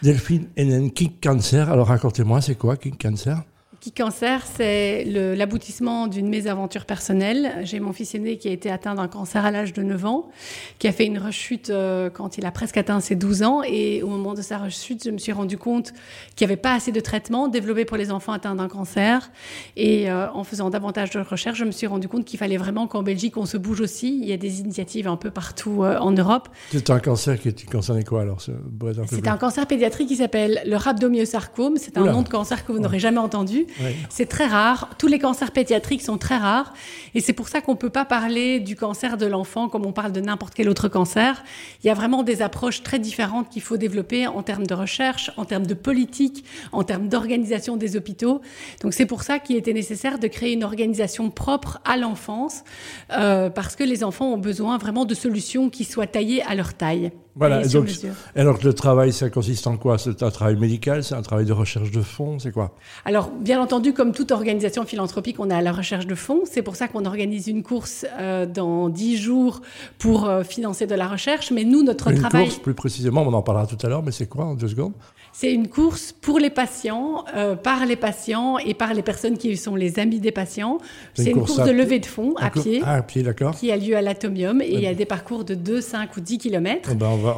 Delphine Hennen, Kick Cancer. Alors racontez-moi, c'est quoi Kick Cancer ? Kick Cancer, c'est l'aboutissement d'une mésaventure personnelle. J'ai mon fils aîné qui a été atteint d'un cancer à l'âge de 9 ans, qui a fait une rechute quand il a presque atteint ses 12 ans. Et au moment de sa rechute, je me suis rendu compte qu'il n'y avait pas assez de traitements développés pour les enfants atteints d'un cancer. Et en faisant davantage de recherches, je me suis rendu compte qu'il fallait vraiment qu'en Belgique, on se bouge aussi. Il y a des initiatives un peu partout en Europe. C'est un cancer qui concernait quoi alors ? C'est un cancer pédiatrique qui s'appelle le rhabdomyosarcome. C'est un nom de cancer que vous n'aurez jamais entendu. Oui. C'est très rare. Tous les cancers pédiatriques sont très rares. Et c'est pour ça qu'on ne peut pas parler du cancer de l'enfant comme on parle de n'importe quel autre cancer. Il y a vraiment des approches très différentes qu'il faut développer en termes de recherche, en termes de politique, en termes d'organisation des hôpitaux. Donc c'est pour ça qu'il était nécessaire de créer une organisation propre à l'enfance, parce que les enfants ont besoin vraiment de solutions qui soient taillées à leur taille. Voilà, alors le travail, ça consiste en quoi ? C'est un travail médical, c'est un travail de recherche de fonds, c'est quoi ? Alors, bien entendu, comme toute organisation philanthropique, on est à la recherche de fonds. C'est pour ça qu'on organise une course dans 10 jours pour financer de la recherche. Mais nous, notre travail... Une course, plus précisément, on en parlera tout à l'heure, mais c'est quoi en 2 secondes ? C'est une course pour les patients, par les patients et par les personnes qui sont les amis des patients. C'est une course de levée de fonds à pied, d'accord. Qui a lieu à l'Atomium. Et il y a des parcours de 2, 5 ou 10 kilomètres.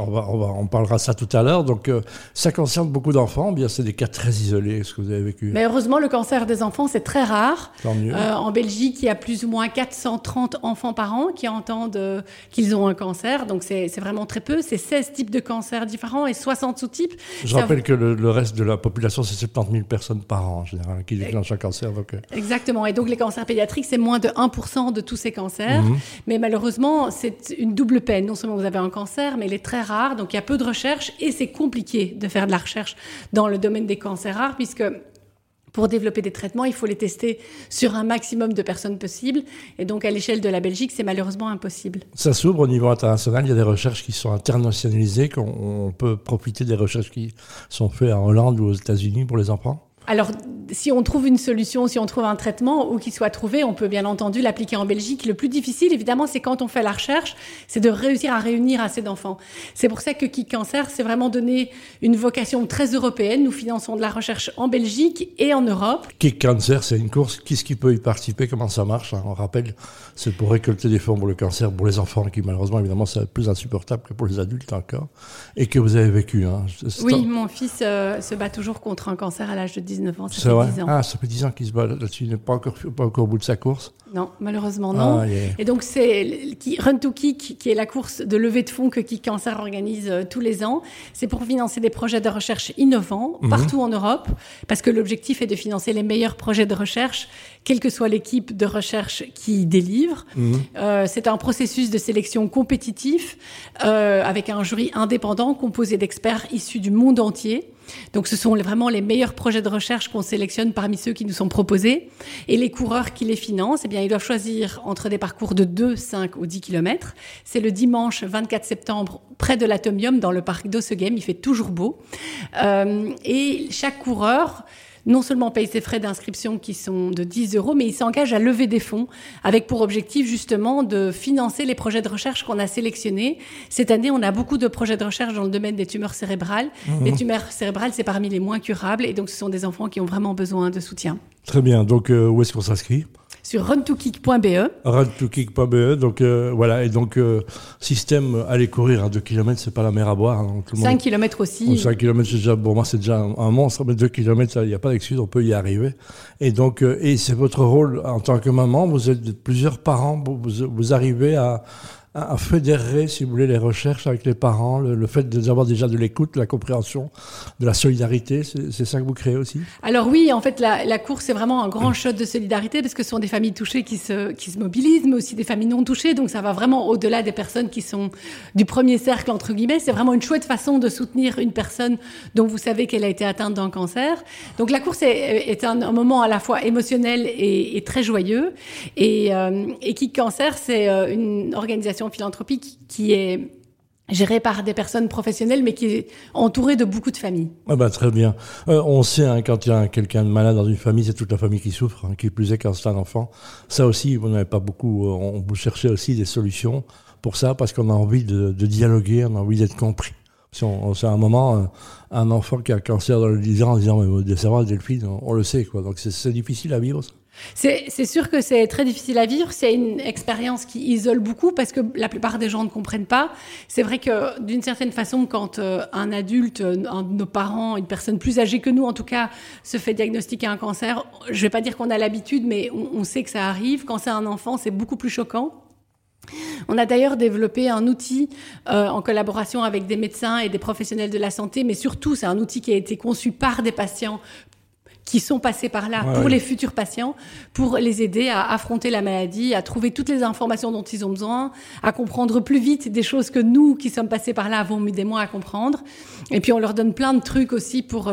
On parlera ça tout à l'heure. Donc, ça concerne beaucoup d'enfants. Bien, c'est des cas très isolés, ce que vous avez vécu. Mais heureusement, le cancer des enfants, c'est très rare. Tant mieux. En Belgique, il y a plus ou moins 430 enfants par an qui entendent qu'ils ont un cancer. Donc, c'est vraiment très peu. C'est 16 types de cancers différents et 60 sous-types. Je rappelle que le reste de la population, c'est 70 000 personnes par an, en général, qui déclenchent un cancer. Donc... Exactement. Et donc, les cancers pédiatriques, c'est moins de 1% de tous ces cancers. Mais malheureusement, c'est une double peine. Non seulement vous avez un cancer, mais il est très rare. Donc, il y a peu de recherche et c'est compliqué de faire de la recherche dans le domaine des cancers rares, puisque pour développer des traitements, il faut les tester sur un maximum de personnes possibles. Et donc, à l'échelle de la Belgique, c'est malheureusement impossible. Ça s'ouvre au niveau international. Il y a des recherches qui sont internationalisées. On peut profiter des recherches qui sont faites en Hollande ou aux États-Unis pour les enfants. Alors, si on trouve une solution, si on trouve un traitement ou qu'il soit trouvé, on peut bien entendu l'appliquer en Belgique. Le plus difficile, évidemment, c'est quand on fait la recherche, c'est de réussir à réunir assez d'enfants. C'est pour ça que Kick Cancer, c'est vraiment donné une vocation très européenne. Nous finançons de la recherche en Belgique et en Europe. Kick Cancer, c'est une course. Qui peut y participer ? Comment ça marche ? On rappelle, c'est pour récolter des fonds pour le cancer, pour les enfants, qui malheureusement, évidemment, c'est plus insupportable que pour les adultes encore, et que vous avez vécu. Oui, mon fils se bat toujours contre un cancer à l'âge de 19 ans, ça fait 10 ans. Ah, ça fait 10 ans qu'il se bat là-dessus, il n'est pas encore au bout de sa course. Non, malheureusement non. Et donc c'est Run to Kick, qui est la course de levée de fonds que Kick Cancer organise tous les ans. C'est pour financer des projets de recherche innovants partout en Europe, parce que l'objectif est de financer les meilleurs projets de recherche, quelle que soit l'équipe de recherche qui délivre. C'est un processus de sélection compétitif avec un jury indépendant composé d'experts issus du monde entier. Donc ce sont vraiment les meilleurs projets de recherche qu'on sélectionne parmi ceux qui nous sont proposés. Et les coureurs qui les financent, eh bien, ils doivent choisir entre des parcours de 2, 5 ou 10 kilomètres. C'est le dimanche 24 septembre, près de l'Atomium, dans le parc d'Ossegem. Il fait toujours beau. Et chaque coureur non seulement paye ses frais d'inscription qui sont de 10 €, mais il s'engage à lever des fonds avec pour objectif justement de financer les projets de recherche qu'on a sélectionnés. Cette année, on a beaucoup de projets de recherche dans le domaine des tumeurs cérébrales. Les tumeurs cérébrales, c'est parmi les moins curables et donc ce sont des enfants qui ont vraiment besoin de soutien. Très bien. Donc, où est-ce qu'on s'inscrit ? Sur runtokick.be. Runtokick.be, donc voilà, et donc système aller courir à 2 km, c'est pas la mer à boire. Hein, 5 km aussi. 5 km, c'est déjà, pour moi, c'est déjà un monstre, mais 2 km, il n'y a pas d'excuse, on peut y arriver. Et donc, et c'est votre rôle en tant que maman, vous êtes plusieurs parents, vous arrivez à fédérer, si vous voulez, les recherches avec les parents, le fait d'avoir déjà de l'écoute, de la compréhension, de la solidarité, c'est ça que vous créez aussi ? Alors oui, en fait, la course, c'est vraiment un grand shot de solidarité parce que ce sont des familles touchées qui se mobilisent, mais aussi des familles non touchées. Donc ça va vraiment au-delà des personnes qui sont du premier cercle, entre guillemets. C'est vraiment une chouette façon de soutenir une personne dont vous savez qu'elle a été atteinte d'un cancer. Donc la course est un moment à la fois émotionnel et très joyeux. Et Kick Cancer, c'est une organisation philanthropique qui est gérée par des personnes professionnelles, mais qui est entourée de beaucoup de familles. Ah bah, très bien. On sait, quand il y a quelqu'un de malade dans une famille, c'est toute la famille qui souffre, qui plus est quand c'est un enfant. Ça aussi, vous n'avez pas beaucoup... vous cherchez aussi des solutions pour ça, parce qu'on a envie de dialoguer, on a envie d'être compris. C'est un moment, un enfant qui a un cancer dans le disant en disant, mais de savoir, Delphine, on le sait, quoi. Donc c'est difficile à vivre, ça. C'est sûr que c'est très difficile à vivre. C'est une expérience qui isole beaucoup parce que la plupart des gens ne comprennent pas. C'est vrai que d'une certaine façon, quand un adulte, un de nos parents, une personne plus âgée que nous en tout cas, se fait diagnostiquer un cancer, je ne vais pas dire qu'on a l'habitude, mais on sait que ça arrive. Quand c'est un enfant, c'est beaucoup plus choquant. On a d'ailleurs développé un outil en collaboration avec des médecins et des professionnels de la santé, mais surtout c'est un outil qui a été conçu par des patients qui sont passés par là pour les futurs patients, pour les aider à affronter la maladie, à trouver toutes les informations dont ils ont besoin, à comprendre plus vite des choses que nous, qui sommes passés par là, avons mis des mois à comprendre. Et puis on leur donne plein de trucs aussi pour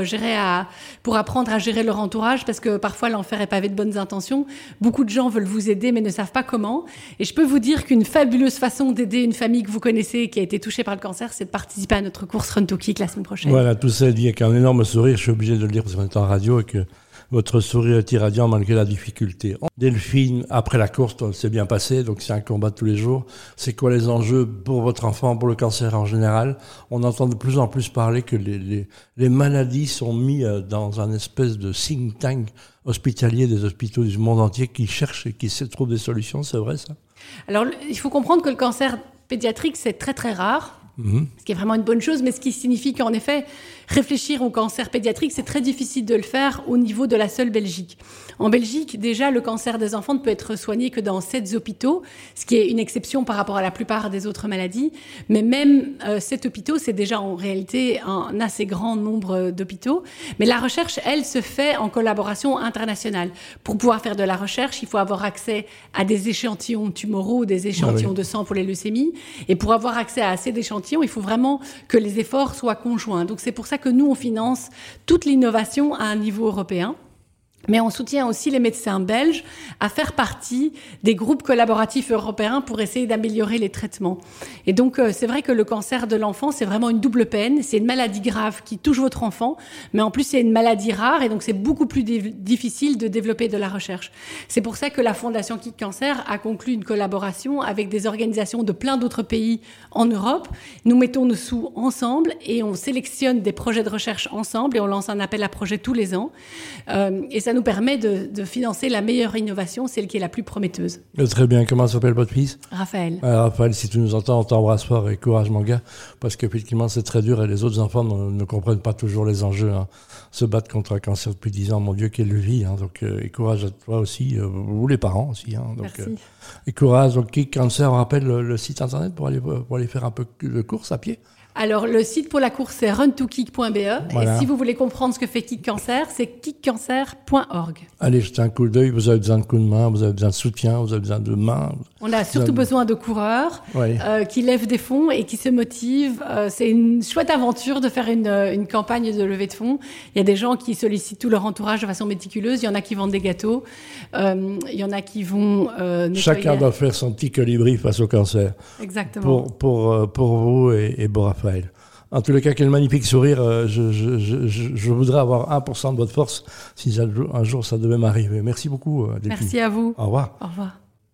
apprendre à gérer leur entourage, parce que parfois l'enfer est pavé de bonnes intentions. Beaucoup de gens veulent vous aider, mais ne savent pas comment. Et je peux vous dire qu'une fabuleuse façon d'aider une famille que vous connaissez qui a été touchée par le cancer, c'est de participer à notre course Run to Kick la semaine prochaine. Voilà, tout ça dit avec un énorme sourire. Je suis obligé de le dire parce qu'on est en radio et que votre sourire est irradiant malgré la difficulté. Delphine, après la course, c'est bien passé, donc c'est un combat de tous les jours. C'est quoi les enjeux pour votre enfant, pour le cancer en général? On entend de plus en plus parler que les maladies sont mises dans un espèce de think tank hospitalier des hôpitaux du monde entier qui cherchent et qui trouvent des solutions, c'est vrai ça? Alors, il faut comprendre que le cancer pédiatrique, c'est très très rare. Ce qui est vraiment une bonne chose, mais ce qui signifie qu'en effet, réfléchir au cancer pédiatrique, c'est très difficile de le faire au niveau de la seule Belgique. En Belgique, déjà, le cancer des enfants ne peut être soigné que dans 7 hôpitaux, ce qui est une exception par rapport à la plupart des autres maladies. Mais même 7 hôpitaux, c'est déjà en réalité un assez grand nombre d'hôpitaux. Mais la recherche, elle, se fait en collaboration internationale. Pour pouvoir faire de la recherche, il faut avoir accès à des échantillons tumoraux, des échantillons de sang pour les leucémies. Et pour avoir accès à assez d'échantillons, il faut vraiment que les efforts soient conjoints. Donc c'est pour ça que nous, on finance toute l'innovation à un niveau européen. Mais on soutient aussi les médecins belges à faire partie des groupes collaboratifs européens pour essayer d'améliorer les traitements. Et donc, c'est vrai que le cancer de l'enfant, c'est vraiment une double peine. C'est une maladie grave qui touche votre enfant, mais en plus, c'est une maladie rare et donc c'est beaucoup plus difficile de développer de la recherche. C'est pour ça que la Fondation Kick Cancer a conclu une collaboration avec des organisations de plein d'autres pays en Europe. Nous mettons nos sous ensemble et on sélectionne des projets de recherche ensemble et on lance un appel à projet tous les ans. Et ça nous permet de financer la meilleure innovation, celle qui est la plus prometteuse. Très bien. Comment s'appelle votre fils? Raphaël. Raphaël, si tu nous entends, on t'embrasse fort et courage, mon gars, parce qu'effectivement, c'est très dur et les autres enfants ne comprennent pas toujours les enjeux. Hein. Se battre contre un cancer depuis 10 ans, mon Dieu, quelle vie. Hein. Donc, et courage à toi aussi, vous les parents aussi. Hein. Donc, merci. Et courage. Donc, Kick Cancer, on rappelle le site internet pour aller faire un peu de course à pied. Alors, le site pour la course, c'est runtokick.be. Voilà. Et si vous voulez comprendre ce que fait Kick Cancer, c'est kickcancer.org. Allez, jetez un coup d'œil. Vous avez besoin de coups de main, vous avez besoin de soutien, vous avez besoin de mains. On a surtout besoin de coureurs qui lèvent des fonds et qui se motivent. C'est une chouette aventure de faire une campagne de levée de fonds. Il y a des gens qui sollicitent tout leur entourage de façon méticuleuse. Il y en a qui vendent des gâteaux. Il y en a qui vont nettoyer. Chacun doit faire son petit colibri face au cancer. Exactement. Pour vous et pour Raphaël. En tous les cas, quel magnifique sourire. Je voudrais avoir 1% de votre force si un jour ça devait m'arriver. Merci beaucoup, Delphine. Merci à vous. Au revoir. Au revoir.